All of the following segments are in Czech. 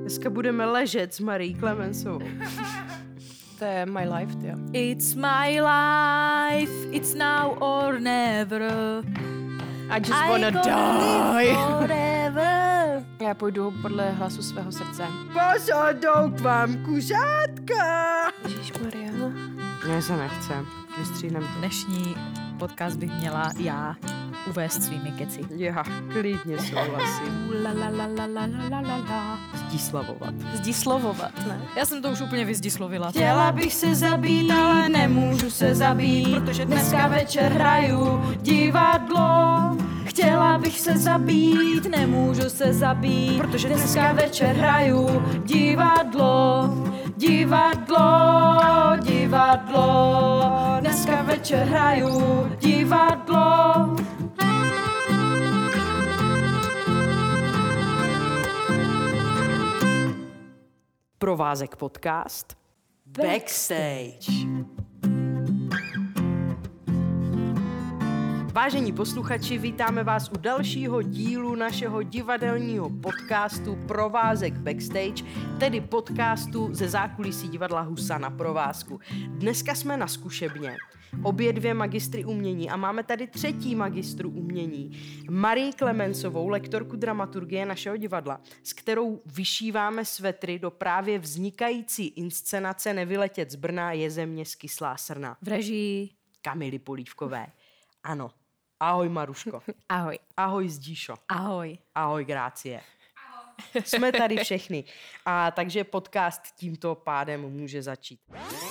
Dneska budeme ležet s Marí Klemensovou. To je my life, jo. It's my life, it's now or never. I just wanna die. Forever. Já půjdu podle hlasu svého srdce. Posadou k vám kuřátka! Ježišmarja. Ne, se nechce. Vystříhneme to. Dnešní podcast bych měla já uvést svými keci. Já klidně souhlasím. La la la la la la la la. Zdislavovat. Zdislovovat, ne? Já jsem to už úplně vyzdislovila. Chtěla bych se zabít, ale nemůžu se zabít, protože dneska večer hraju divadlo. Chtěla bych se zabít, nemůžu se zabít, protože dneska večer hraju divadlo. Divadlo, divadlo, dneska večer hraju divadlo. Provázek podcast Backstage. Vážení posluchači, vítáme vás u dalšího dílu našeho divadelního podcastu Provázek Backstage, tedy podcastu ze zákulisí divadla Husa na provázku. Dneska jsme na zkušebně, obě dvě magistry umění a máme tady třetí magistru umění, Marii Klemensovou, lektorku dramaturgie našeho divadla, s kterou vyšíváme svetry do právě vznikající inscenace Nevyletět z Brna je země skyslá srna. V režii. Kamily Polívkové. Ano. Ahoj, Maruško. Ahoj. Ahoj, Zdíšo. Ahoj. Ahoj, Grácie. Ahoj. Jsme tady všechny. A takže podcast tímto pádem může začít.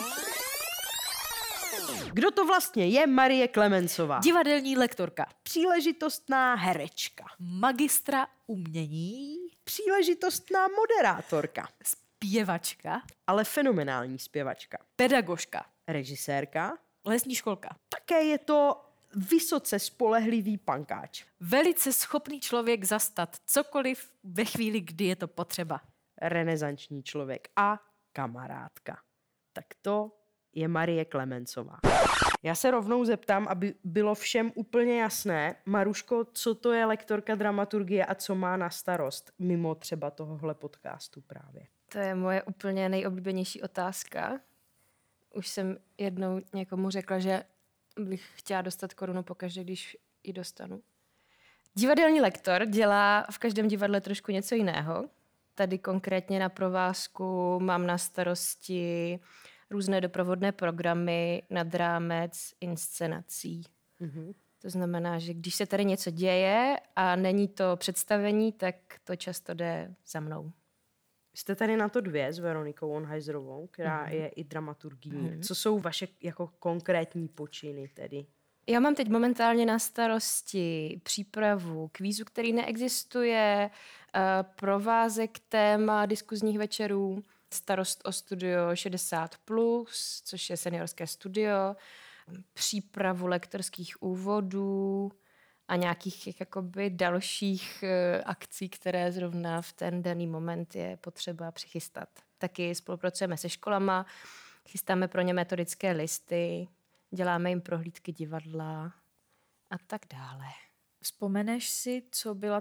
Kdo to vlastně je Marie Klemensová? Divadelní lektorka. Příležitostná herečka. Magistra umění. Příležitostná moderátorka. Zpěvačka. Ale fenomenální zpěvačka. Pedagožka. Režisérka. Lesní školka. Také je to vysoce spolehlivý pankáč. Velice schopný člověk zastat cokoliv ve chvíli, kdy je to potřeba. Renesanční člověk a kamarádka. Tak to je Marie Klemensová. Já se rovnou zeptám, aby bylo všem úplně jasné, Maruško, co to je lektorka dramaturgie a co má na starost, mimo třeba tohohle podcastu právě. To je moje úplně nejoblíbenější otázka. Už jsem jednou někomu řekla, že bych chtěla dostat korunu pokaždé, když ji dostanu. Divadelní lektor dělá v každém divadle trošku něco jiného. Tady konkrétně na provázku mám na starosti různé doprovodné programy nad rámec inscenací. Mm-hmm. To znamená, že když se tady něco děje a není to představení, tak to často jde za mnou. Jste tady na to dvě s Veronikou Onhajzrovou, která je i dramaturgyní. Co jsou vaše jako konkrétní počiny tedy? Já mám teď momentálně na starosti přípravu kvízu, který neexistuje, provázek téma diskuzních večerů, starost o studio 60+, což je seniorské studio, přípravu lektorských úvodů a nějakých jakoby dalších akcí, které zrovna v ten daný moment je potřeba přichystat. Taky spolupracujeme se školama, chystáme pro ně metodické listy, děláme jim prohlídky divadla a tak dále. Vzpomeneš si, co byl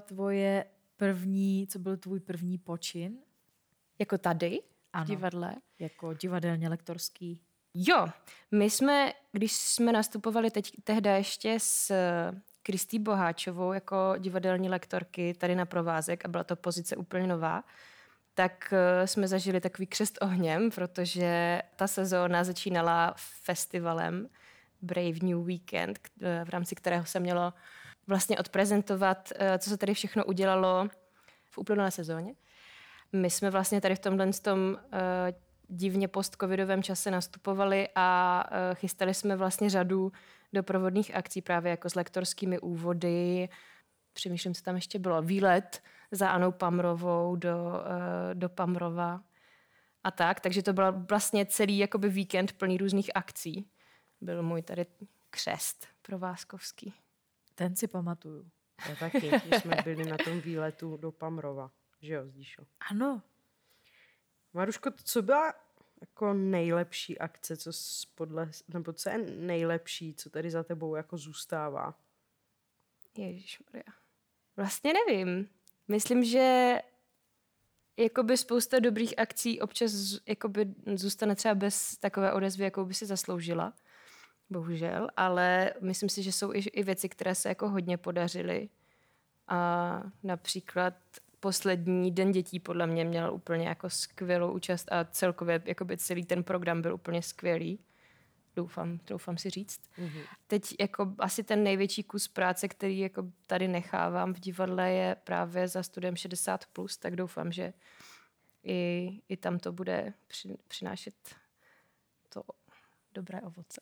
tvůj první počin? Jako tady Ano. v divadle? Jako divadelně lektorský. Jo, my jsme, když jsme nastupovali tehdy ještě s Kristý Boháčovou jako divadelní lektorky tady na provázek a byla to pozice úplně nová, tak jsme zažili takový křest ohněm, protože ta sezóna začínala festivalem Brave New Weekend, v rámci kterého se mělo vlastně odprezentovat, co se tady všechno udělalo v uplynulé sezóně. My jsme vlastně tady v tomhle divně post-covidovém čase nastupovali a chystali jsme vlastně řadu doprovodných akcí právě jako s lektorskými úvody. Přemýšlím, co tam ještě bylo. Výlet za Anou Pamrovou do Pamrova a tak. Takže to byl vlastně celý jakoby víkend plný různých akcí. Byl můj tady křest provázkovský. Ten si pamatuju. Já taky, když jsme byli na tom výletu do Pamrova. Že jo, Zdíšo? Ano. Maruško, co byla jako nejlepší akce, nebo co je nejlepší, co tady za tebou jako zůstává? Ježišmarja. Vlastně nevím. Myslím, že jakoby spousta dobrých akcí občas jakoby zůstane třeba bez takové odezvy, jakou by si zasloužila. Bohužel, ale myslím si, že jsou i věci, které se jako hodně podařily. A například poslední Den dětí podle mě měl úplně jako skvělou účast a celkově jakoby celý ten program byl úplně skvělý. Doufám si říct. Mm-hmm. Teď jako asi ten největší kus práce, který jako tady nechávám v divadle, je právě za Studiem 60+, tak doufám, že i tam to bude přinášet to dobré ovoce.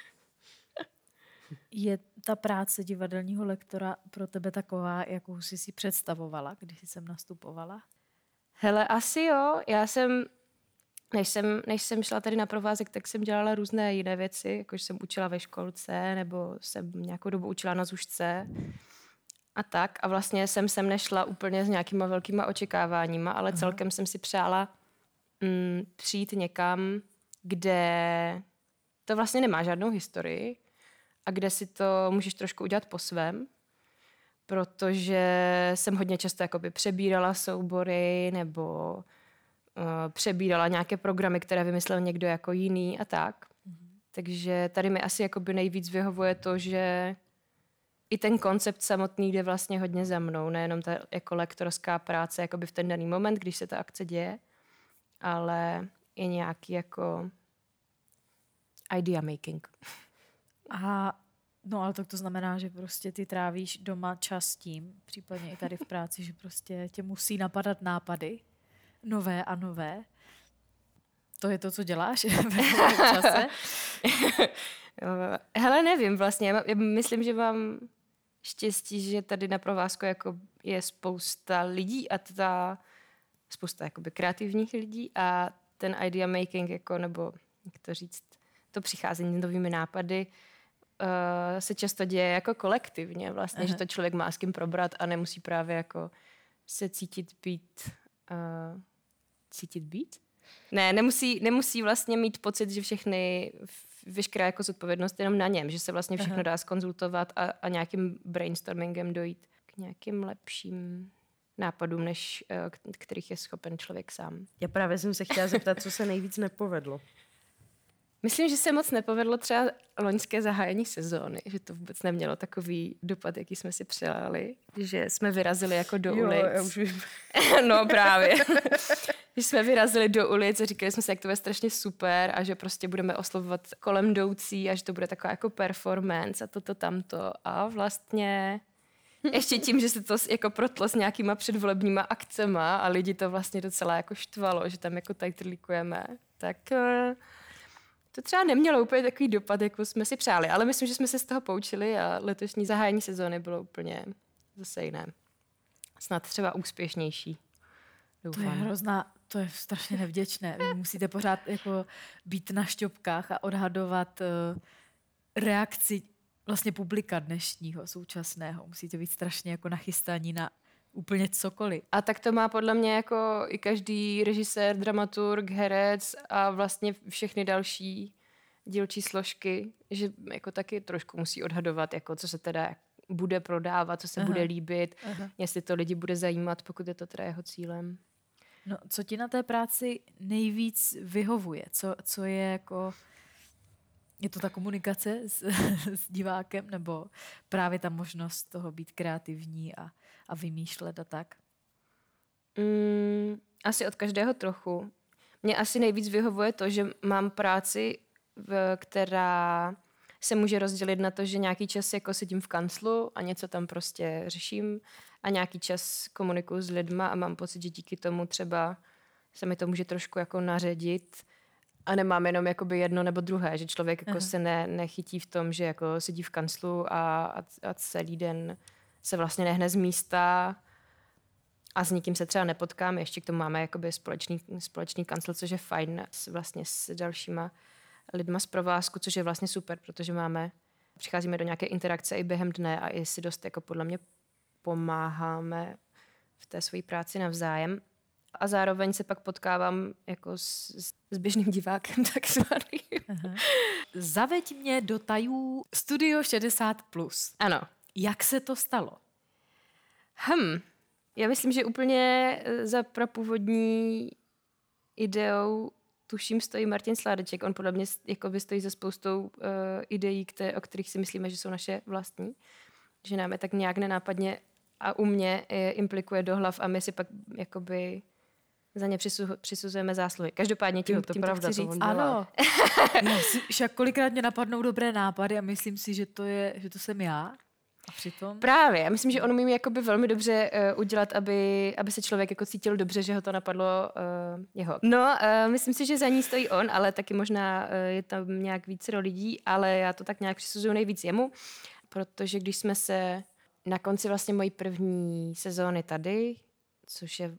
Je ta práce divadelního lektora pro tebe taková, jakou jsi si představovala, když jsi sem nastupovala? Hele, asi jo. Já jsem, než jsem šla tady na provázek, tak jsem dělala různé jiné věci, jakože jsem učila ve školce, nebo jsem nějakou dobu učila na zušce a tak. A vlastně jsem sem nešla úplně s nějakýma velkýma očekáváníma, ale celkem jsem si přála přijít někam, kde to vlastně nemá žádnou historii, a kde si to můžeš trošku udělat po svém, protože jsem hodně často jakoby přebírala soubory nebo přebírala nějaké programy, které vymyslel někdo jako jiný a tak. Takže tady mi asi jakoby nejvíc vyhovuje to, že i ten koncept samotný jde vlastně hodně za mnou, nejenom ta jako lektorská práce jakoby v ten daný moment, když se ta akce děje, ale i nějaký jako idea making. No ale tak to znamená, že prostě ty trávíš doma čas tím, případně i tady v práci, že prostě tě musí napadat nápady, nové a nové. To je to, co děláš v čase? Hele, nevím vlastně. Já myslím, že mám štěstí, že tady na provázku jako je spousta lidí a spousta jakoby kreativních lidí a ten idea making, jako, nebo jak to říct, to přicházení novými nápady se často děje jako kolektivně vlastně, že to člověk má s kým probrat a nemusí právě jako se cítit být? Ne, nemusí vlastně mít pocit, že veškerá jako zodpovědnost jenom na něm, že se vlastně všechno dá zkonzultovat a nějakým brainstormingem dojít k nějakým lepším nápadům, než kterých je schopen člověk sám. Já právě jsem se chtěla zeptat, co se nejvíc nepovedlo. Myslím, že se moc nepovedlo třeba loňské zahájení sezóny, že to vůbec nemělo takový dopad, jaký jsme si přáli, že jsme vyrazili jako do ulic. Já už vím. No právě. Že jsme vyrazili do ulic a říkali jsme si, jak to je strašně super a že prostě budeme oslovovat kolem jdoucí a že to bude taková jako performance a toto tamto. A vlastně ještě tím, že se to jako protlo s nějakýma předvolebníma akcema a lidi to vlastně docela jako štvalo, že tam jako tajtrlíkujeme, tak to třeba nemělo úplně takový dopad, jako jsme si přáli, ale myslím, že jsme se z toho poučili a letošní zahájení sezóny bylo úplně zase jiné. Snad třeba úspěšnější. Doufám. To je strašně nevděčné. Vy musíte pořád jako být na šťopkách a odhadovat reakci vlastně publika dnešního, současného. Musíte být strašně jako nachystaní na úplně cokoliv. A tak to má podle mě jako i každý režisér, dramaturg, herec a vlastně všechny další dílčí složky, že jako taky trošku musí odhadovat, jako co se teda bude prodávat, co se bude líbit, jestli to lidi bude zajímat, pokud je to teda jeho cílem. No, co ti na té práci nejvíc vyhovuje? Co je jako... Je to ta komunikace s divákem, nebo právě ta možnost toho být kreativní a vymýšlet a tak? Asi od každého trochu. Mně asi nejvíc vyhovuje to, že mám práci, která se může rozdělit na to, že nějaký čas jako sedím v kanclu a něco tam prostě řeším a nějaký čas komunikuju s lidma a mám pocit, že díky tomu třeba se mi to může trošku jako naředit a nemám jenom jakoby jedno nebo druhé, že člověk jako se nechytí v tom, že jako sedí v kanclu a celý den se vlastně nehne z místa a s nikým se třeba nepotkáme. Ještě k tomu máme jakoby společný kancel, což je fajn vlastně s dalšíma lidma z provázku, což je vlastně super, protože přicházíme do nějaké interakce i během dne a i si dost jako podle mě pomáháme v té své práci navzájem. A zároveň se pak potkávám jako s běžným divákem takzvaným. Zaveď mě do tajů Studio 60+. Ano. Jak se to stalo? Já myslím, že úplně za prapůvodní ideou tuším stojí Martin Sládeček. On podle mě jakoby stojí za spoustou ideí, o kterých si myslíme, že jsou naše vlastní. Že nám je tak nějak nenápadně a u mě implikuje do hlav a my si pak jakoby za ně přisuzujeme zásluhy. Každopádně tím to chci říct. Ano. Však kolikrát mě napadnou dobré nápady a myslím si, že to jsem já. A přitom... Právě. Já myslím, že on umí jakoby velmi dobře udělat, aby se člověk jako cítil dobře, že ho to napadlo jeho. No, myslím si, že za ní stojí on, ale taky možná je tam nějak více lidí, ale já to tak nějak přisuzuju nejvíc jemu, protože když jsme se na konci vlastně mojí první sezóny tady, což je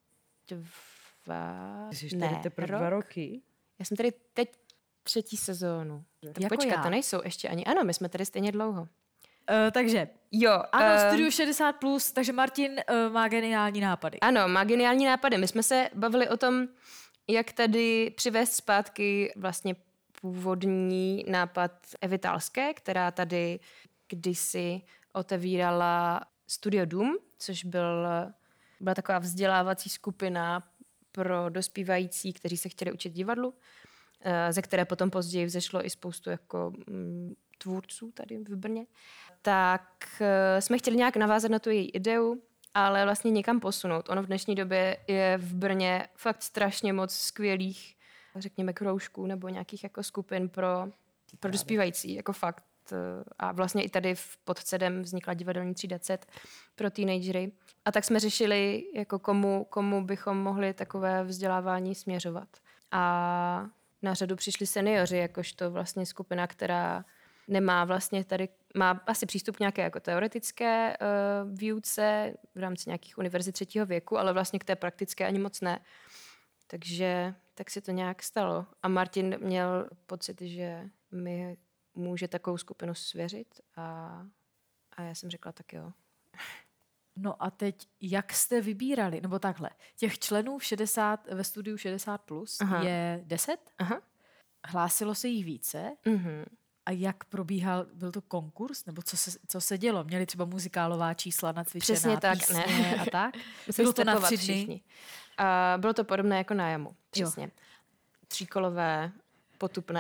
Jsi tady teprve 2 roky? Já jsem tady teď 3. sezónu. Jako počkat, já. to nejsou ještě ani. Ano, my jsme tady stejně dlouho. Takže, jo, ano, Studio 60+, takže Martin má geniální nápady. Ano, má geniální nápady. My jsme se bavili o tom, jak tady přivést zpátky vlastně původní nápad Evy Talské, která tady kdysi otevírala Studio Dům, což byla taková vzdělávací skupina pro dospívající, kteří se chtěli učit divadlu, ze které potom později vzešlo i spoustu jako tvůrců tady v Brně. Tak jsme chtěli nějak navázat na tu její ideu, ale vlastně někam posunout. Ono v dnešní době je v Brně fakt strašně moc skvělých, řekněme, kroužků nebo nějakých jako skupin pro dospívající, jako fakt. A vlastně i tady pod CEDem vznikla divadelní třída CED pro teenagery. A tak jsme řešili, jako komu bychom mohli takové vzdělávání směřovat. A na řadu přišli seniori, jakožto vlastně skupina, která nemá vlastně tady, má asi přístup k nějaké jako teoretické výuce v rámci nějakých univerzit 3. věku, ale vlastně k té praktické ani moc ne. Takže tak se to nějak stalo. A Martin měl pocit, že mi může takovou skupinu svěřit a já jsem řekla, tak jo. No a teď, jak jste vybírali? Nebo takhle, těch členů ve studiu 60+ je 10? Aha. Hlásilo se jich více? Mhm. A jak probíhal, byl to konkurs? Nebo co se dělo? Měli třeba muzikálová čísla nacvičená? Přesně tak, písně ne. A tak? Bylo to na 3 dny? Bylo to podobné jako na Jamu, přesně. Jo. 3kolové, potupné.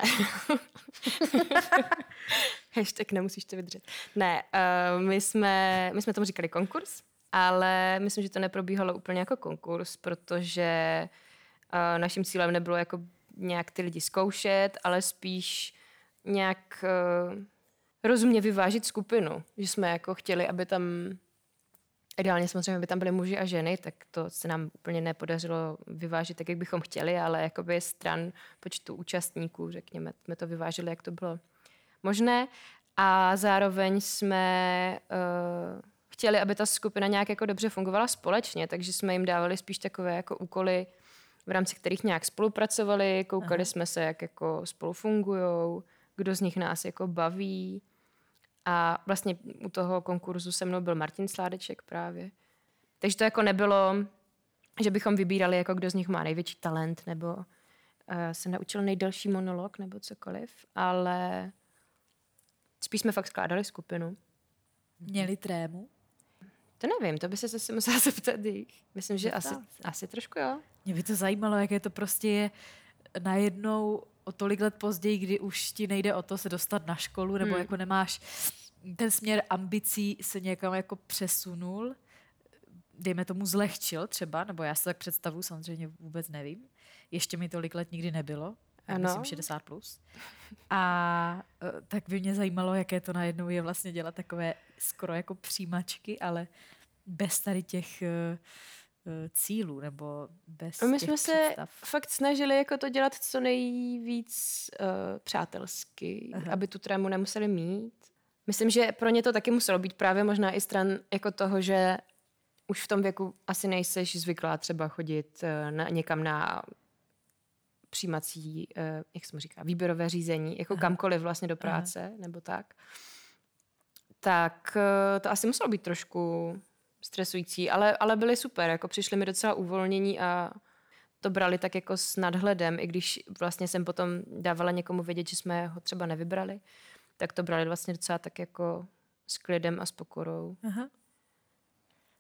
Hashtag nemusíš to vydržet. Ne, my jsme tomu říkali konkurs, ale myslím, že to neprobíhalo úplně jako konkurs, protože naším cílem nebylo jako nějak ty lidi zkoušet, ale spíš nějak rozumně vyvážit skupinu. Že jsme jako chtěli, aby tam, ideálně samozřejmě, aby tam byly muži a ženy, tak to se nám úplně nepodařilo vyvážit tak, jak bychom chtěli, ale jakoby stran počtu účastníků, řekněme, jsme to vyvážili, jak to bylo možné. A zároveň jsme chtěli, aby ta skupina nějak jako dobře fungovala společně, takže jsme jim dávali spíš takové jako úkoly, v rámci kterých nějak spolupracovali, koukali jsme se, jak jako spolu fungujou, kdo z nich nás jako baví. A vlastně u toho konkurzu se mnou byl Martin Sládeček právě. Takže to jako nebylo, že bychom vybírali, jako kdo z nich má největší talent, nebo se naučil nejdelší monolog, nebo cokoliv, ale spíš jsme fakt skládali skupinu. Měli trému? To nevím, to by se zase musela zeptat jich. Myslím, že asi trošku jo. Mě by to zajímalo, jaké to prostě je najednou o tolik let později, kdy už ti nejde o to se dostat na školu, nebo jako nemáš ten směr ambicí se někam jako přesunul, dejme tomu zlehčil třeba, nebo já si tak představu, samozřejmě vůbec nevím. Ještě mi tolik let nikdy nebylo, myslím 60+. A tak by mě zajímalo, jaké to najednou je vlastně dělat takové skoro jako přijímačky, ale bez tady těch cílů, nebo bez My těch jsme se představ. fakt snažili jako to dělat co nejvíc přátelsky, aby tu trému nemuseli mít. Myslím, že pro ně to taky muselo být právě možná i stran jako toho, že už v tom věku asi nejseš zvyklá třeba chodit někam na přijímací, jak se mu říká, výběrové řízení, jako kamkoliv vlastně do práce, nebo tak. Tak to asi muselo být trošku stresující, ale byli super, jako přišli mi docela uvolnění a to brali tak jako s nadhledem, i když vlastně jsem potom dávala někomu vědět, že jsme ho třeba nevybrali, tak to brali vlastně docela tak jako s klidem a s pokorou. Aha.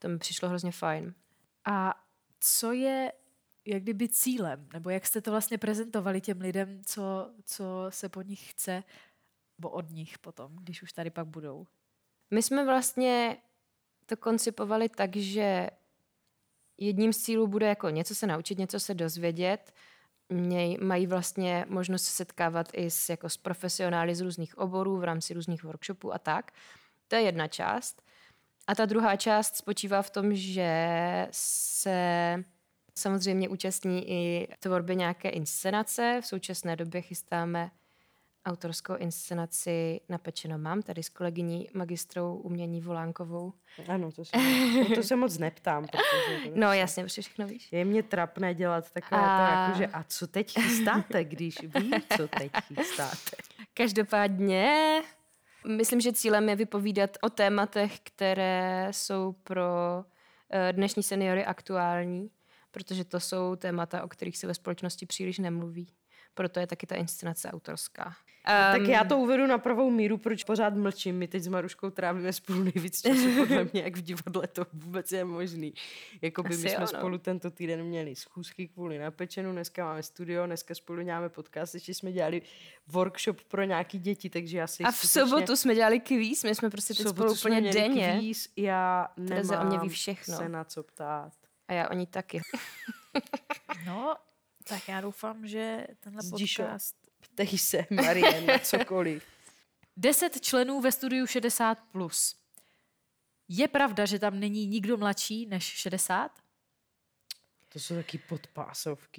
To mi přišlo hrozně fajn. A co je jak kdyby cílem, nebo jak jste to vlastně prezentovali těm lidem, co se po nich chce, nebo od nich potom, když už tady pak budou? My jsme vlastně to koncipovali tak, že jedním z cílů bude jako něco se naučit, něco se dozvědět. Mají vlastně možnost se setkávat i s profesionály z různých oborů v rámci různých workshopů a tak. To je jedna část. A ta druhá část spočívá v tom, že se samozřejmě účastní i tvorbě nějaké inscenace. V současné době chystáme autorskou inscenaci Napečeno mám, tady s kolegyní magistrou umění Volánkovou. Ano, to se moc neptám. Protože No jasně, protože všechno víš. Je mě trapné dělat takové to, jakože a co teď chystáte, když vím, co teď chystáte. Každopádně myslím, že cílem je vypovídat o tématech, které jsou pro dnešní seniory aktuální, protože to jsou témata, o kterých se ve společnosti příliš nemluví. Proto je taky ta inscenace autorská. Tak já to uvedu na pravou míru, proč pořád mlčím. My teď s Maruškou trávíme spolu nejvíc času, podle mě, jak v divadle to vůbec je možný. Jakoby my jsme spolu tento týden měli schůzky kvůli Napečenu, dneska máme studio, dneska spolu děláme podcast, ještě jsme dělali workshop pro nějaký děti, takže já si a v sobotu jsme dělali kvíz, my jsme prostě teď spolu úplně denně. Kvíz, já nemám o mě ví všechno. Se na co ptát. A já o ní taky. No, tak já doufám, že tenhle podcast... Ptej se, Marie, na cokoliv. 10 členů ve studiu 60+. Je pravda, že tam není nikdo mladší než 60? To jsou taky podpásovky.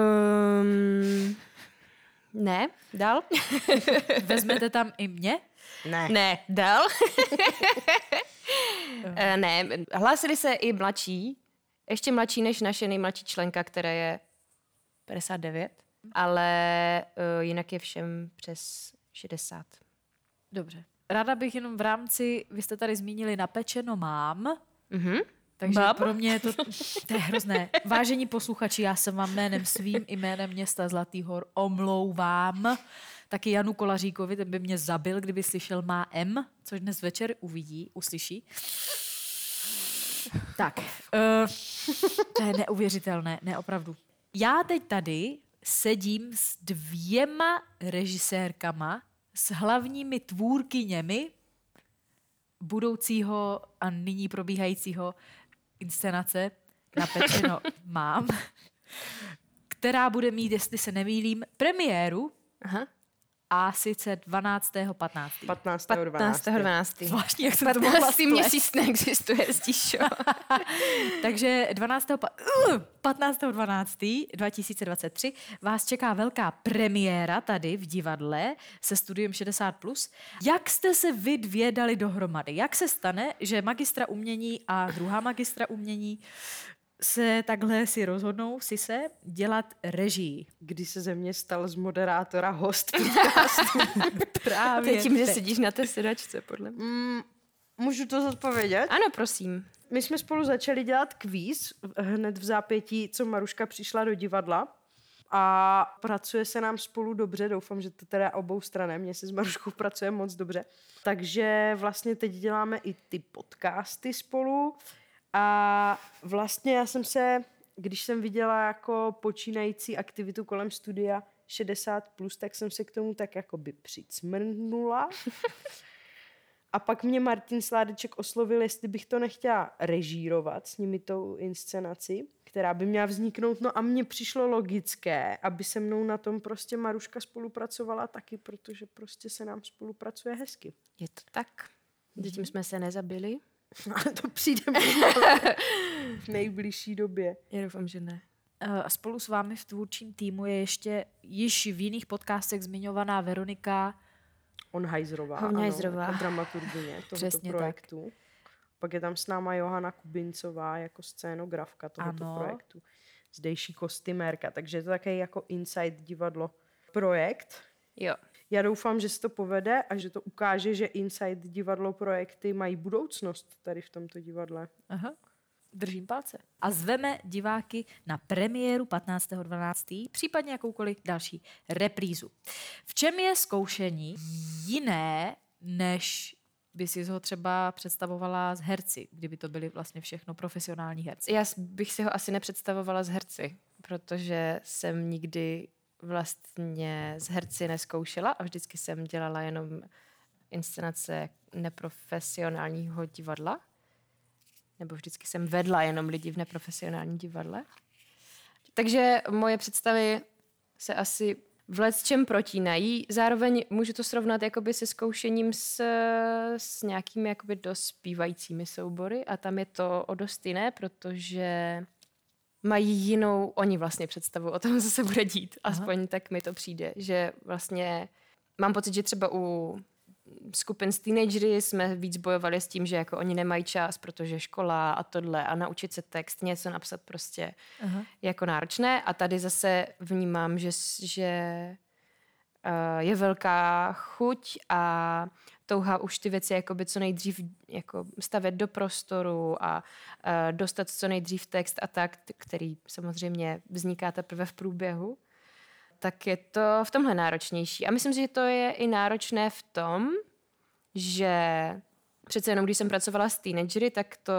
Ne, dál. Vezmete tam i mě? Ne, dál. Ne, hlásili se i mladší, ještě mladší než naše nejmladší členka, která je 59, ale jinak je všem přes 60. Dobře. Ráda bych jenom v rámci, vy jste tady zmínili Napečeno mám, takže pro mě je to je hrozné. Vážení posluchači, já se vám jménem svým i jménem města Zlatý Hor omlouvám. Taky Janu Kolaříkovi, ten by mě zabil, kdyby slyšel má M, což dnes večer uslyší. Tak, to je neuvěřitelné, ne opravdu. Já teď tady sedím s 2 režisérkama, s hlavními tvůrkyněmi budoucího a nyní probíhajícího inscenace Napečeno mám, která bude mít, jestli se nemýlím, premiéru. Aha. A sice 12.15. 15.12. Zvláštní, jak jsem to mohla 15. měsíc neexistuje, Stíšo. Takže 15.12.2023 vás čeká velká premiéra tady v divadle se studiem 60+. Jak jste se vy 2 dali dohromady? Jak se stane, že magistra umění a druhá magistra umění se takhle si rozhodnou dělat režii? Kdy se ze mě stal z moderátora host podcastu. Právě tím, že sedíš na té sedačce, podle mě. Můžu to zodpovědět? Ano, prosím. My jsme spolu začali dělat kvíz hned v zápětí, co Maruška přišla do divadla. A pracuje se nám spolu dobře, doufám, že to teda obou stranem, mně se s Maruškou pracuje moc dobře. Takže vlastně teď děláme i ty podcasty spolu. A vlastně já jsem se, když jsem viděla jako počínající aktivitu kolem studia 60+, tak jsem se k tomu tak jakoby přicmrnula. A pak mě Martin Sládeček oslovil, jestli bych to nechtěla režírovat s nimi tou inscenaci, která by měla vzniknout. No a mně přišlo logické, aby se mnou na tom prostě Maruška spolupracovala taky, protože prostě se nám spolupracuje hezky. Je to tak. Zatím jsme se nezabili. Ale to přijde v nejbližší době. Já doufám, že ne. A spolu s vámi v tvůrčím týmu je ještě již v jiných podcastech zmiňovaná Veronika Honhajzrová, jako dramaturgyně tohoto projektu. Tak. Pak je tam s náma Johana Kubincová jako scénografka tohoto projektu. Zdejší kostymérka, takže je to také jako Inside divadlo projekt. Jo. Já doufám, že se to povede a že to ukáže, že Inside divadlo projekty mají budoucnost tady v tomto divadle. Aha. Držím palce. A zveme diváky na premiéru 15.12., případně jakoukoliv další reprízu. V čem je zkoušení jiné než by si ho třeba představovala s herci, kdyby to byli vlastně všechno profesionální herci? Já bych si ho asi nepředstavovala s herci, protože jsem nikdy vlastně s herci neskoušela a vždycky jsem dělala jenom inscenace neprofesionálního divadla. Nebo vždycky jsem vedla jenom lidi v neprofesionálním divadle. Takže moje představy se asi v lecčem protínají. Zároveň můžu to srovnat jakoby se zkoušením s nějakými jakoby dospívajícími soubory a tam je to o dost jiné, protože mají jinou oni vlastně představu o tom, co se bude dít. Aspoň tak mi to přijde, že vlastně mám pocit, že třeba u skupin s teenagery jsme víc bojovali s tím, že jako oni nemají čas, protože škola a tohle a naučit se text, něco napsat prostě jako náročné. A tady zase vnímám, že je velká chuť a touha už ty věci jakoby co nejdřív jako stavět do prostoru a dostat co nejdřív text a tak, který samozřejmě vzniká teprve v průběhu. Tak je to v tomhle náročnější. A myslím si, že to je i náročné v tom, že přece jenom, když jsem pracovala s teenagery, tak to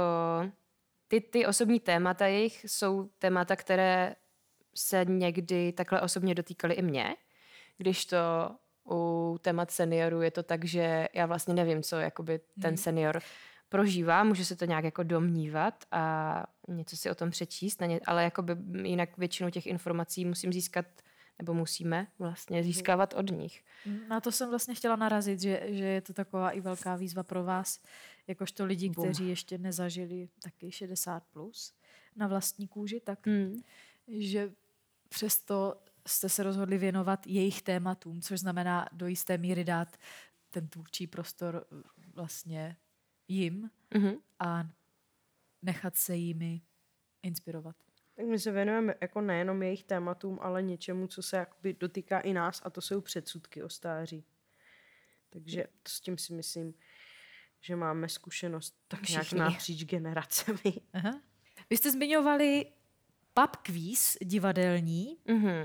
ty osobní témata jejich jsou témata, které se někdy takhle osobně dotýkaly i mě. Když to u témat seniorů je to tak, že já vlastně nevím, co jakoby ten senior prožívá, může se to nějak jako domnívat a něco si o tom přečíst, ale jakoby jinak většinu těch informací musím získat nebo musíme vlastně získávat od nich. Na to jsem vlastně chtěla narazit, že je to taková i velká výzva pro vás, jakožto lidi, kteří ještě nezažili taky 60 plus na vlastní kůži, tak že přesto jste se rozhodli věnovat jejich tématům, což znamená do jisté míry dát ten tvůrčí prostor vlastně jim a nechat se jimi inspirovat. Tak my se věnujeme jako nejenom jejich tématům, ale něčemu, co se jakoby dotýká i nás, a to jsou předsudky o stáří. Takže s tím si myslím, že máme zkušenost tak nějak napříč generacemi. Aha. Vy jste zmiňovali pub quiz divadelní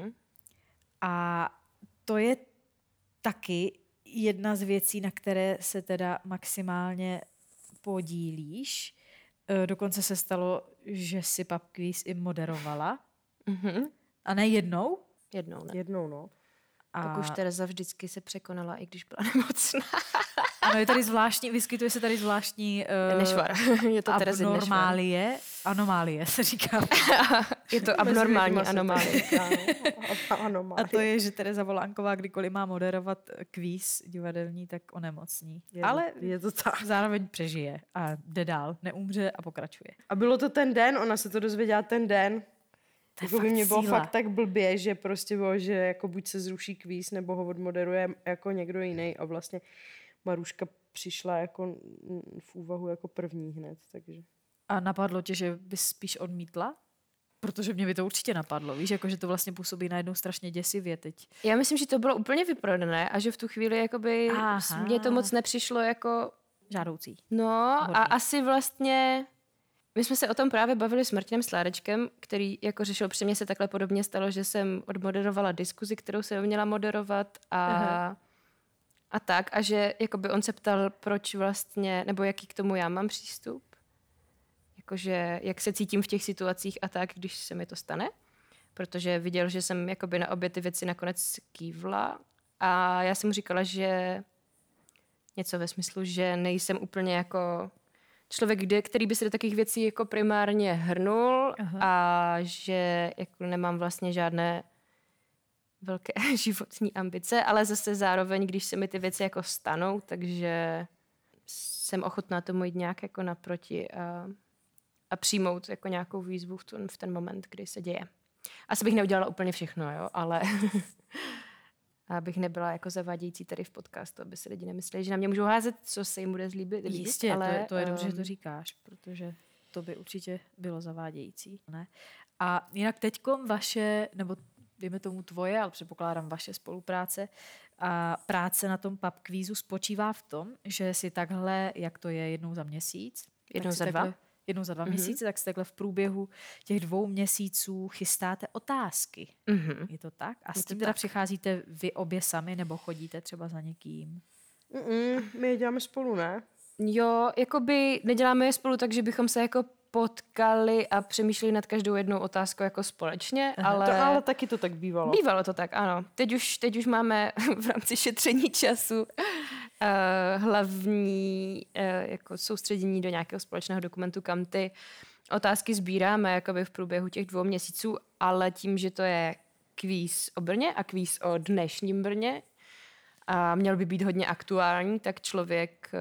a to je taky jedna z věcí, na které se teda maximálně podílíš. Dokonce se stalo, že si pub quiz i moderovala. A ne jednou? Jednou, no. A tak už Tereza vždycky se překonala, i když byla nemocná. Ano, je tady vyskytuje se tady zvláštní nešvar. Je to Terezin nešvar. Anomálie se říká. Je to abnormální anomálie. A to je, že Tereza Volánková, kdykoliv má moderovat kvíz divadelní, tak onemocní. Ale je to tak. Zároveň přežije a jde dál, neumře a pokračuje. A bylo to ten den, ona se to dozvěděla ten den. Jako by mě bylo fakt tak blbě, že prostě bylo, že jako buď se zruší kvíz, nebo ho odmoderuje jako někdo jiný. A vlastně Maruška přišla jako v úvahu jako první hned. Takže. A napadlo tě, že bys spíš odmítla? Protože mě by to určitě napadlo, víš, jako že to vlastně působí najednou strašně děsivě teď. Já myslím, že to bylo úplně vyprodané a že v tu chvíli jakoby mě to moc nepřišlo jako žádoucí. No hodně. A asi vlastně my jsme se o tom právě bavili s Martinem Sládečkem, který jako řešil, při mně se takhle podobně stalo, že jsem odmoderovala diskuzi, kterou jsem měla moderovat a tak. A že jakoby on se ptal, proč vlastně, nebo jaký k tomu já mám přístup. Jakože jak se cítím v těch situacích a tak, když se mi to stane. Protože viděl, že jsem jakoby na obě ty věci nakonec kývla. A já jsem mu říkala, že něco ve smyslu, že nejsem úplně jako člověk, který by se do takových věcí jako primárně hrnul a že jako nemám vlastně žádné velké životní ambice, ale zase zároveň, když se mi ty věci jako stanou, takže jsem ochotná tomu jít nějak jako naproti a přijmout jako nějakou výzvu v ten moment, kdy se děje. Asi bych neudělala úplně všechno, jo, ale abych nebyla jako zavádějící tady v podcastu, aby si lidi nemysleli, že na mě můžou házet, co se jim bude líbit. Jistě, ale to je dobře, že to říkáš, protože to by určitě bylo zavádějící. Ne? A jinak teďkom vaše, nebo dejme tomu tvoje, ale předpokládám vaše spolupráce a práce na tom pub kvízu spočívá v tom, že si takhle, jak to je jednou za měsíc, jednou za dva měsíce, tak si takhle v průběhu těch 2 měsíců chystáte otázky. Je to tak? A s tím teda přicházíte vy obě sami, nebo chodíte třeba za někým? My je děláme spolu, ne? Jo, jakoby neděláme je spolu tak, že bychom se jako potkali a přemýšleli nad každou jednou otázkou jako společně, Ale taky to tak bývalo. Bývalo to tak, ano. Teď už máme v rámci šetření času hlavní jako soustředění do nějakého společného dokumentu, kam ty otázky sbíráme jakoby v průběhu těch 2 měsíců, ale tím, že to je kvíz o Brně a kvíz o dnešním Brně a měl by být hodně aktuální, tak člověk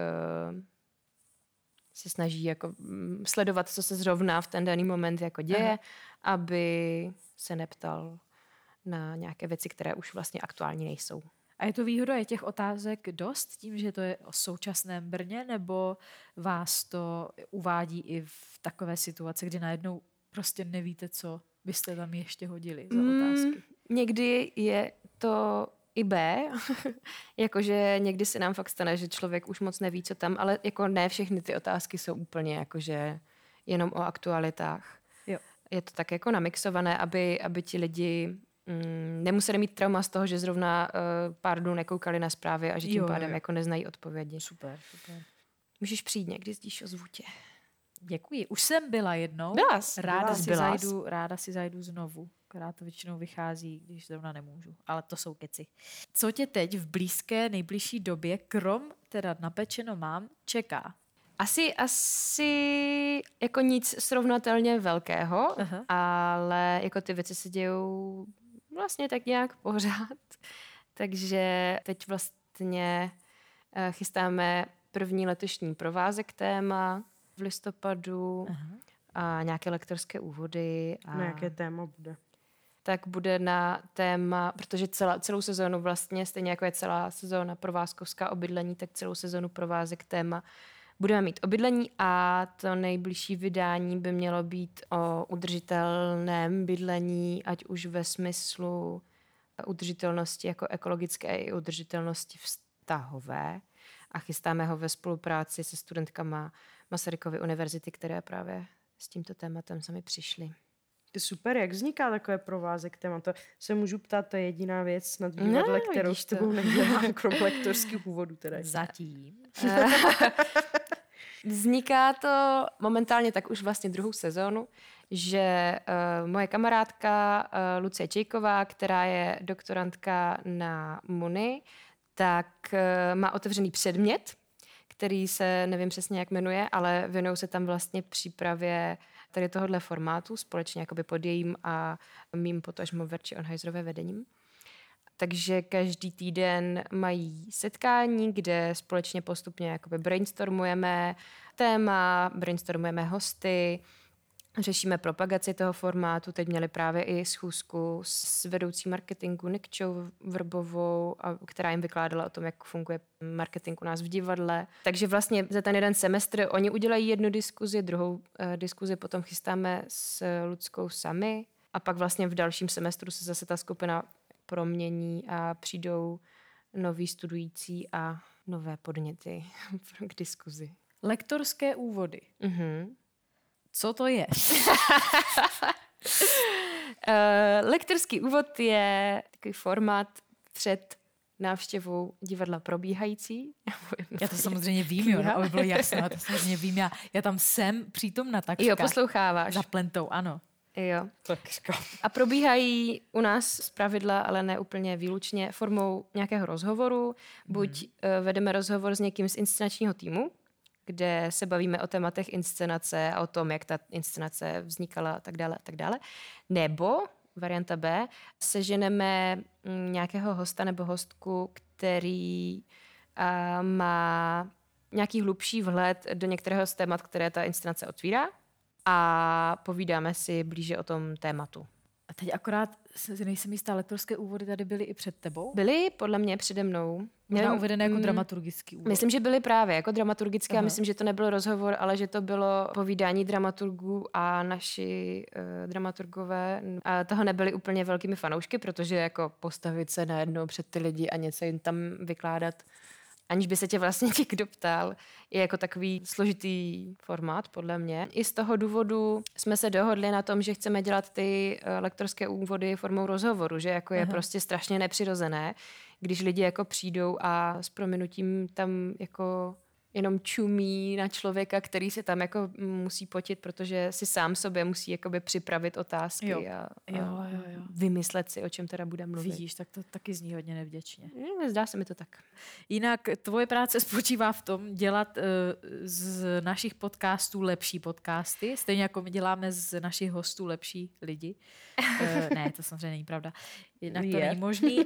se snaží jako sledovat, co se zrovna v ten daný moment jako děje, aby se neptal na nějaké věci, které už vlastně aktuální nejsou. A je to výhoda, je těch otázek dost tím, že to je o současném Brně, nebo vás to uvádí i v takové situaci, kdy najednou prostě nevíte, co byste tam ještě hodili za otázky? Někdy je to i B, jakože někdy se nám fakt stane, že člověk už moc neví, co tam, ale jako ne všechny ty otázky jsou úplně jakože jenom o aktualitách. Jo. Je to tak jako namixované, aby ti lidi nemuseli mít trauma z toho, že zrovna pár dnů nekoukali na zprávy a že tím pádem jako neznají odpovědi. Super. Můžeš přijít někdy, zdíš ozvu tě. Děkuji. Už jsem byla jednou. Ráda si zajdu znovu. Akorát to většinou vychází, když zrovna nemůžu. Ale to jsou keci. Co tě teď v nejbližší době, krom teda napečeno mám, čeká? Asi jako nic srovnatelně velkého, ale jako ty věci se dějou vlastně tak nějak pořád. Takže teď vlastně chystáme první letošní provázek téma v listopadu a nějaké lektorské úvody. Na jaké téma bude? Tak bude na téma, protože celou sezónu vlastně, stejně jako je celá sezóna provázkovská o bydlení, tak celou sezónu provázek téma budeme mít o bydlení a to nejbližší vydání by mělo být o udržitelném bydlení, ať už ve smyslu udržitelnosti jako ekologické i udržitelnosti vztahové. A chystáme ho ve spolupráci se studentkama Masarykovy univerzity, které právě s tímto tématem sami přišly. Super, jak vzniká takové provázek téma? To se můžu ptát, to je jediná věc snad v divadle, kterou s tebou nedělám, krom lektorských úvodů teda. Zatím. Vzniká to momentálně tak už vlastně 2. sezónu, že moje kamarádka Lucie Čejková, která je doktorantka na MUNI, tak má otevřený předmět, který se nevím přesně, jak jmenuje, ale věnují se tam vlastně přípravě tady tohohle formátu, společně jakoby pod jejím a mým potažmo Verči Onhajzerové vedením. Takže každý týden mají setkání, kde společně postupně jakoby brainstormujeme téma, brainstormujeme hosty, řešíme propagaci toho formátu. Teď měli právě i schůzku s vedoucí marketingu Nikčou Vrbovou, která jim vykládala o tom, jak funguje marketing u nás v divadle. Takže vlastně za ten jeden semestr oni udělají jednu diskuzi, druhou diskuzi potom chystáme s Luckou sami a pak vlastně v dalším semestru se zase ta skupina promění a přijdou noví studující a nové podněty k diskuzi. Lektorské úvody. Mhm. Co to je? Lektorský úvod je takový formát před návštěvou divadla probíhající. Já to samozřejmě vím, jo, aby bylo jasné, já to samozřejmě vím. Já tam jsem přítomna takřka. Jo, posloucháváš. Za plentou, ano. Jo. Takřka. A probíhají u nás zpravidla, ale ne úplně výlučně, formou nějakého rozhovoru. Buď vedeme rozhovor s někým z inscenačního týmu, kde se bavíme o tématech inscenace a o tom, jak ta inscenace vznikala a tak dále. Nebo, varianta B, seženeme nějakého hosta nebo hostku, který má nějaký hlubší vhled do některého z témat, které ta inscenace otvírá a povídáme si blíže o tom tématu. A teď akorát nejsem jistá, lektorské úvody tady byly i před tebou? Byly podle mě přede mnou. Možná uvedené jako dramaturgický úvod. Myslím, že byly právě jako dramaturgické a myslím, že to nebyl rozhovor, ale že to bylo povídání dramaturgů a naši dramaturgové a toho nebyli úplně velkými fanoušky, protože jako postavit se najednou před ty lidi a něco jim tam vykládat, aniž by se tě vlastně někdo ptal, je jako takový složitý formát, podle mě. I z toho důvodu jsme se dohodli na tom, že chceme dělat ty lektorské úvody formou rozhovoru, že jako je prostě strašně nepřirozené, když lidi jako přijdou a s prominutím tam jako jenom čumí na člověka, který se tam jako musí potit, protože si sám sobě musí jakoby připravit otázky a vymyslet si, o čem teda bude mluvit. Vidíš, tak to taky zní hodně nevděčně. Zdá se mi to tak. Jinak tvoje práce spočívá v tom dělat z našich podcastů lepší podcasty, stejně jako my děláme z našich hostů lepší lidi. Ne, to samozřejmě není pravda. Jinak to není možný.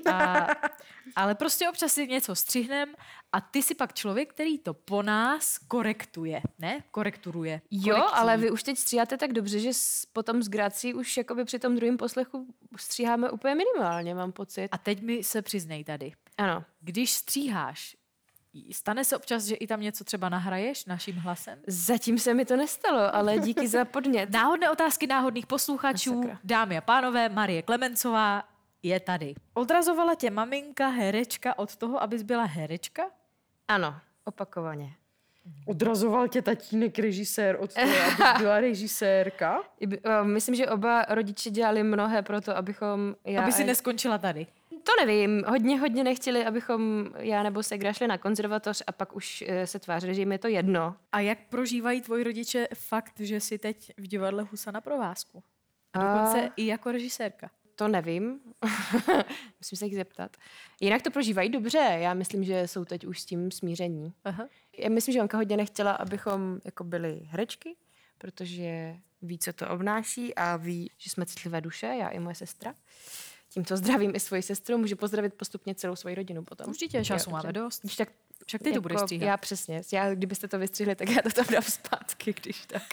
Ale prostě občas si něco střihnem a ty si pak člověk, který to po nás korektuje, ne? Korekturuje. Jo, ale vy už teď stříháte tak dobře, že potom z Grací už jakoby při tom druhém poslechu stříháme úplně minimálně, mám pocit. A teď mi se přiznej tady. Ano. Když stříháš, stane se občas, že i tam něco třeba nahraješ naším hlasem? Zatím se mi to nestalo, ale díky za podnět. Náhodné otázky náhodných posluchačů, dámy a pánové, Marie Klemencová je tady. Odrazovala tě maminka, herečka od toho, abys byla herečka? Ano, opakovaně. Odrazoval tě tatínek režisér od toho, abys byla režisérka? Myslím, že oba rodiče dělali mnohé pro to, abychom... Aby si neskončila tady. To nevím. Hodně nechtěli, abychom já nebo Segra šli na konzervatoř a pak už se tvářili, že jim je to jedno. A jak prožívají tvoji rodiče fakt, že jsi teď v divadle Husa na provázku? Dokonce i jako režisérka. To nevím. Musím se jich zeptat. Jinak to prožívají dobře. Já myslím, že jsou teď už s tím smíření. Aha. Já myslím, že mamka hodně nechtěla, abychom jako byli herečky, protože ví, co to obnáší a ví, že jsme citlivé duše, já i moje sestra. Tímto zdravím i svoji sestru, můžu pozdravit postupně celou svoji rodinu potom. Určitě, času máme dost. Když tak, však ty to budeš stříhat. Já přesně. Kdybyste to vystřihli, tak já to tam dám zpátky, když tak.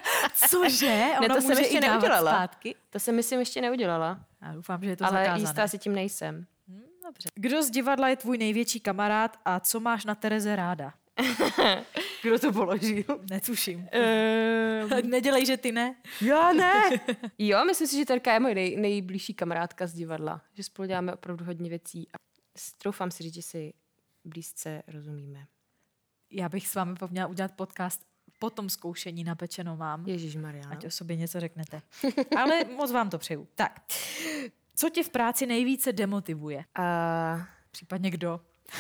Cože? Ne, to jsem ještě neudělala. Zpátky? To jsem myslím ještě neudělala. Já doufám, že je to ale zakázané. Ale jistá si tím nejsem. Dobře. Kdo z divadla je tvůj největší kamarád a co máš na Tereze ráda? Kdo to položil? Netuším. Nedělej, že ty ne. Já ne. Jo, myslím si, že Terka je moje nejbližší kamarádka z divadla. Že spolu děláme opravdu hodně věcí. A troufám si říct, že si blízce rozumíme. Já bych s vámi měla udělat podcast po tom zkoušení napečeno mám. Ježišmarja. Ať o sobě něco řeknete. Ale moc vám to přeju. Tak, co tě v práci nejvíce demotivuje? Případně kdo?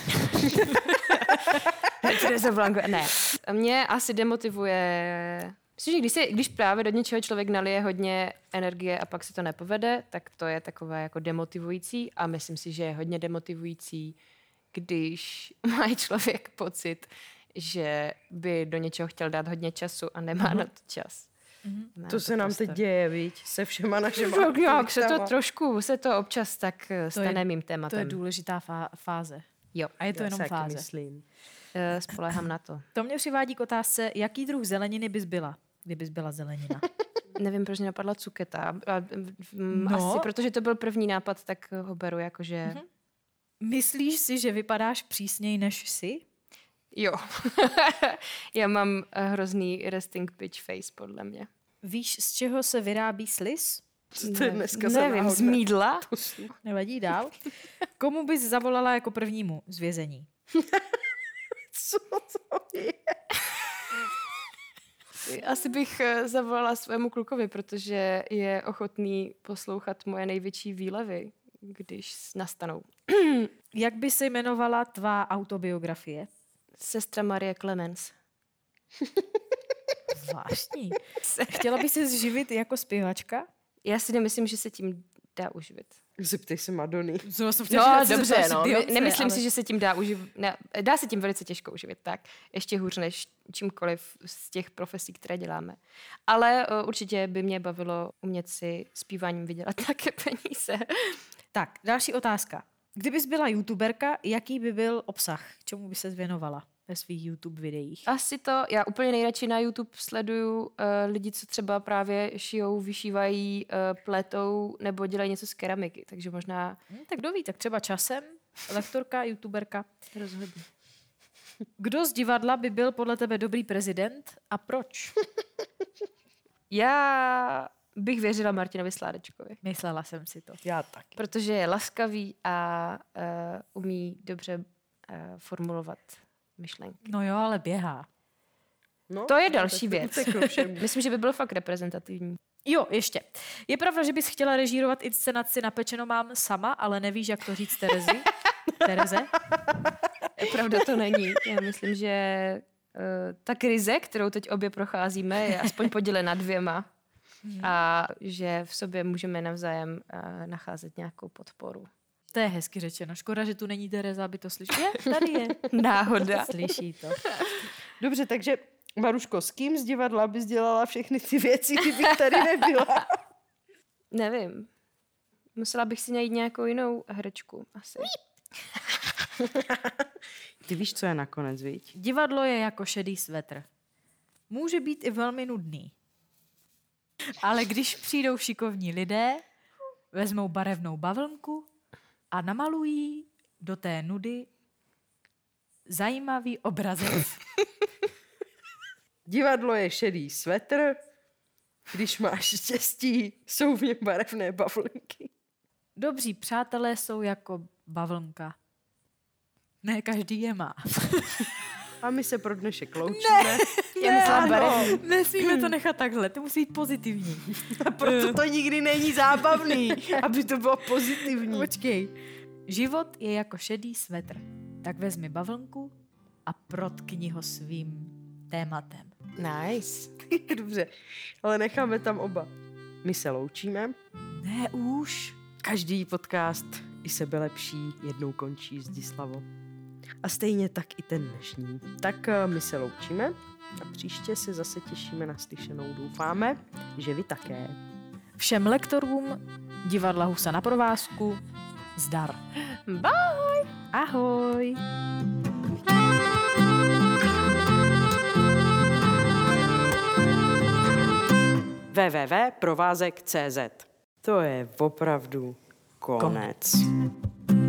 Ne. Mě asi demotivuje... Myslím, že když právě do něčeho člověk nalije hodně energie a pak se to nepovede, tak to je takové jako demotivující a myslím si, že je hodně demotivující, když má člověk pocit, že by do něčeho chtěl dát hodně času a nemá na to čas. To se nám teď děje, viď? Se všema našima aktivitama. Se to občas tak stane mým tématem. To je důležitá fáze. Jo. A je to jenom fáze. Myslím. Spoléhám na to. To mě přivádí k otázce, jaký druh zeleniny bys byla, kdybys byla zelenina? Nevím, proč mě napadla cuketa. Asi protože to byl první nápad, tak ho beru jakože... Myslíš si, že vypadáš přísněji než jsi? Jo. Já mám hrozný resting bitch face, podle mě. Víš, z čeho se vyrábí sliz? To je dneska nevím, z mýdla? Nevadí, dál. Komu bys zavolala jako prvnímu z vězení? Co to je? Asi bych zavolala svému klukovi, protože je ochotný poslouchat moje největší výlevy, když nastanou. Jak by se jmenovala tvá autobiografie? Sestra Marie Clemens. Zvláštní. Chtěla by se živit jako zpěvačka? Já si nemyslím, že se tím dá uživit. Zeptej se Madony. Dobře, no. Nemyslím si, že se tím dá uživit. Dá se tím velice těžko uživit, tak. Ještě hůř než čímkoliv z těch profesí, které děláme. Ale určitě by mě bavilo umět si zpíváním vydělat také peníze. Tak, další otázka. Kdybys byla youtuberka, jaký by byl obsah? Čemu by se věnovala ve svých YouTube videích? Asi to, já úplně nejradši na YouTube sleduju lidi, co třeba právě šijou, vyšívají, pletou nebo dělají něco z keramiky, takže možná... Tak kdo ví, tak třeba časem, lektorka, youtuberka. Rozhodně. Kdo z divadla by byl podle tebe dobrý prezident a proč? Já bych věřila Martinovi Sládečkovi. Myslela jsem si to. Já taky. Protože je laskavý a umí dobře formulovat myšlenky. No jo, ale běhá. No, to je další věc. Všem. Myslím, že by byl fakt reprezentativní. Jo, ještě. Je pravda, že bys chtěla režírovat inscenaci Napečeno mám sama, ale nevíš, jak to říct Tereze? Pravda to není. Já myslím, že ta krize, kterou teď obě procházíme, je aspoň podělena 2. A že v sobě můžeme navzájem nacházet nějakou podporu. To je hezky řečeno. Škoda, že tu není Tereza, aby to slyšela. Tady je. Náhoda. Slyší to. Dobře, takže Maruško, s kým z divadla bys dělala všechny ty věci, kdybych tady nebyla? Nevím. Musela bych si najít nějakou jinou herečku asi. Ty víš, co je nakonec, viď? Divadlo je jako šedý svetr. Může být i velmi nudný. Ale když přijdou šikovní lidé, vezmou barevnou bavlnku a namalují do té nudy zajímavý obrazec. Divadlo je šedý svetr, když máš štěstí, jsou v něm barevné bavlnky. Dobří přátelé jsou jako bavlnka. Ne každý je má. A my se pro dnešek loučíme. Nesmíme to nechat takhle, to musí být pozitivní. A proto to nikdy není zábavný, aby to bylo pozitivní. Počkej. Život je jako šedý svetr. Tak vezmi bavlnku a protkni ho svým tématem. Nice. Dobře, ale necháme tam oba. My se loučíme. Ne už. Každý podcast i sebelepší jednou končí, Zdislavo. A stejně tak i ten dnešní. Tak my se loučíme a příště se zase těšíme na slyšenou. Doufáme, že vy také. Všem lektorům divadla Husa na provázku zdar. Bye! Ahoj! www.provázek.cz To je opravdu konec.